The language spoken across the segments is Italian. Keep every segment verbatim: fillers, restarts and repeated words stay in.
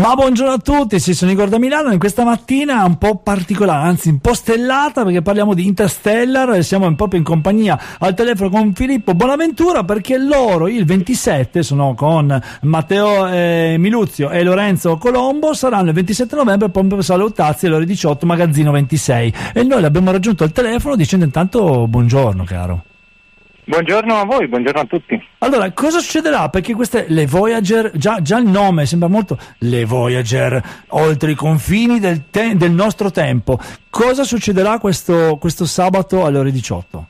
Ma buongiorno a tutti, sì, sono Igor da Milano e questa mattina è un po' particolare, anzi un po' stellata, perché parliamo di Interstellar e siamo proprio in compagnia al telefono con Filippo Bonaventura, perché loro il ventisette sono con Matteo eh, Miluzio e Lorenzo Colombo, saranno il ventisette novembre proprio per Salutazzi alle ore diciotto, magazzino ventisei, e noi l'abbiamo raggiunto al telefono dicendo intanto buongiorno caro. Buongiorno a voi, buongiorno a tutti. Allora, cosa succederà? Perché queste, le Voyager, già, già il nome sembra molto, le Voyager, oltre i confini del, te, del nostro tempo. Cosa succederà questo, questo sabato alle ore diciotto?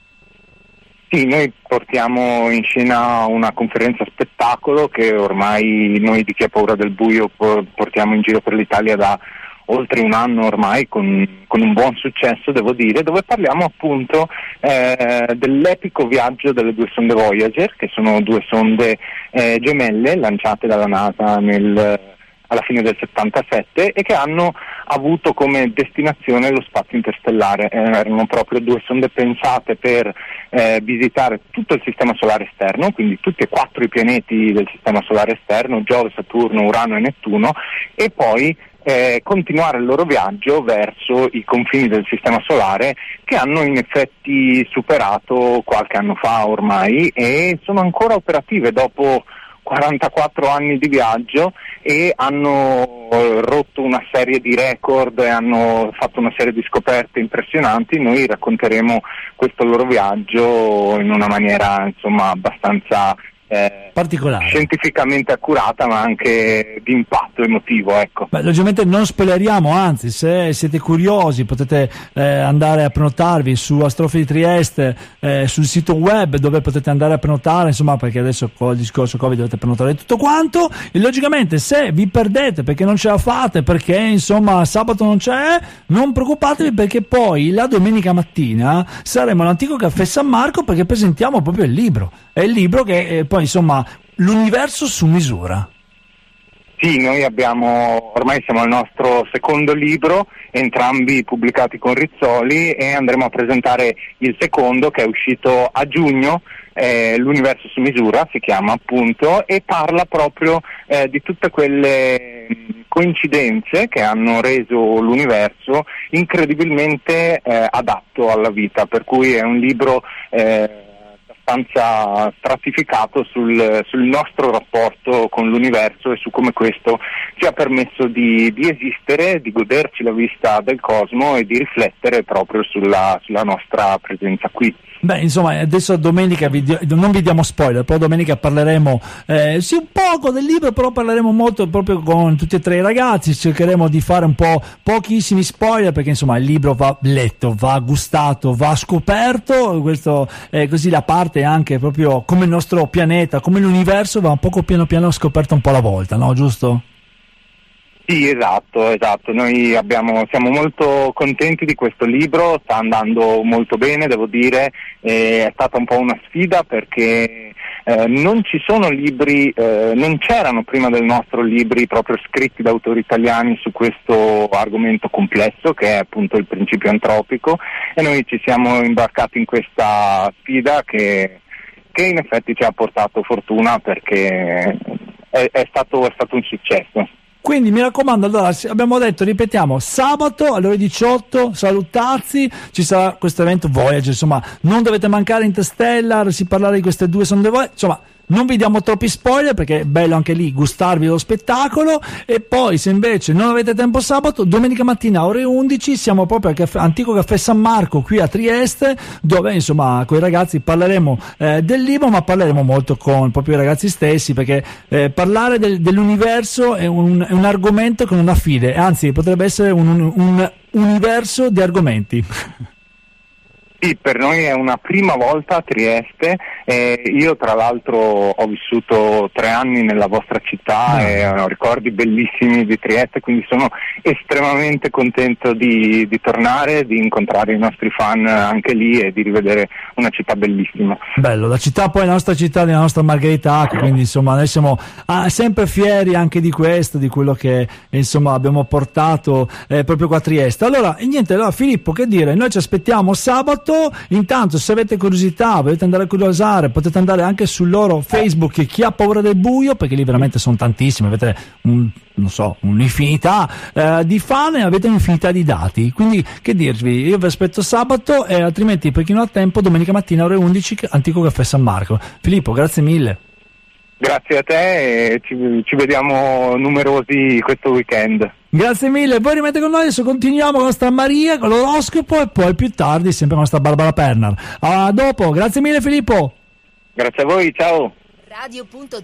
Sì, noi portiamo in scena una conferenza spettacolo che ormai noi di Chi ha paura del buio portiamo in giro per l'Italia da oltre un anno ormai, con, con un buon successo devo dire, dove parliamo appunto eh, dell'epico viaggio delle due sonde Voyager, che sono due sonde eh, gemelle lanciate dalla NASA nel, alla fine del settantasette e che hanno avuto come destinazione lo spazio interstellare. Eh, erano proprio due sonde pensate per eh, visitare tutto il sistema solare esterno, quindi tutti e quattro i pianeti del sistema solare esterno, Giove, Saturno, Urano e Nettuno, e poi Eh, continuare il loro viaggio verso i confini del sistema solare, che hanno in effetti superato qualche anno fa ormai e sono ancora operative dopo quarantaquattro anni di viaggio, e hanno rotto una serie di record e hanno fatto una serie di scoperte impressionanti. Noi racconteremo questo loro viaggio in una maniera insomma abbastanza Eh, particolare, scientificamente accurata, ma anche di impatto emotivo, ecco. Beh, logicamente non spoileriamo, anzi, se siete curiosi potete eh, andare a prenotarvi su Astrofe di Trieste, eh, sul sito web, dove potete andare a prenotare, insomma, perché adesso con il discorso Covid dovete prenotare tutto quanto, e logicamente se vi perdete perché non ce la fate, perché insomma sabato non c'è, non preoccupatevi, perché poi la domenica mattina saremo all'Antico Caffè San Marco, perché presentiamo proprio il libro. È il libro che eh, poi insomma l'universo su misura. Sì, noi abbiamo, ormai siamo al nostro secondo libro, entrambi pubblicati con Rizzoli, e andremo a presentare il secondo, che è uscito a giugno, eh, l'universo su misura si chiama appunto, e parla proprio eh, di tutte quelle coincidenze che hanno reso l'universo incredibilmente eh, adatto alla vita, per cui è un libro eh, abbastanza stratificato sul, sul nostro rapporto con l'universo e su come questo ci ha permesso di, di esistere, di goderci la vista del cosmo e di riflettere proprio sulla, sulla nostra presenza qui. Beh, insomma, adesso domenica vi di- non vi diamo spoiler, però domenica parleremo eh, sì un poco del libro, però parleremo molto proprio con tutti e tre i ragazzi, cercheremo di fare un po' pochissimi spoiler, perché insomma il libro va letto, va gustato, va scoperto, questo è così, la parte anche proprio come il nostro pianeta, come l'universo va un poco piano piano scoperto un po' alla volta, no? Giusto? Sì, esatto, esatto. Noi abbiamo, siamo molto contenti di questo libro, sta andando molto bene, devo dire, e è stata un po' una sfida, perché eh, non ci sono libri, eh, non c'erano prima del nostro libri proprio scritti da autori italiani su questo argomento complesso, che è appunto il principio antropico, e noi ci siamo imbarcati in questa sfida che, che in effetti ci ha portato fortuna, perché è, è stato, è stato un successo. Quindi mi raccomando, allora abbiamo detto, ripetiamo, sabato alle ore diciotto, Salutazzi, ci sarà questo evento Voyager, insomma non dovete mancare Interstellar, si parlerà di queste due sonde Voyager, insomma non vi diamo troppi spoiler, perché è bello anche lì gustarvi lo spettacolo. E poi se invece non avete tempo sabato, domenica mattina ore undici siamo proprio al caffè, Antico Caffè San Marco qui a Trieste, dove insomma con i ragazzi parleremo eh, del libro, ma parleremo molto con proprio i ragazzi stessi, perché eh, parlare del, dell'universo è un, è un argomento che non ha fine, anzi potrebbe essere un, un, un universo di argomenti. Sì, per noi è una prima volta a Trieste, eh, io tra l'altro ho vissuto tre anni nella vostra città e ho ricordi bellissimi di Trieste, quindi sono estremamente contento di, di tornare, di incontrare i nostri fan anche lì e di rivedere una città bellissima. Bello, la città poi è la nostra città, la nostra Margherita Hack, quindi insomma noi siamo ah, sempre fieri anche di questo, di quello che insomma abbiamo portato eh, proprio qua a Trieste. Allora, niente, allora Filippo, che dire, noi ci aspettiamo sabato sabato. Intanto, se avete curiosità, volete andare a curiosare, potete andare anche sul loro Facebook Chi ha paura del buio, perché lì veramente sono tantissimi, avete un, non so, un'infinità eh, di fan e avete un'infinità di dati. Quindi, che dirvi, io vi aspetto sabato e altrimenti, per chi non ha tempo, domenica mattina ore undici, Antico Caffè San Marco. Filippo, grazie mille. Grazie a te e ci, ci vediamo numerosi questo weekend. Grazie mille, voi rimanete con noi, adesso continuiamo con la nostra Maria, con l'oroscopo e poi più tardi sempre con la nostra Barbara Pernar. A dopo, grazie mille Filippo. Grazie a voi, ciao. Radio.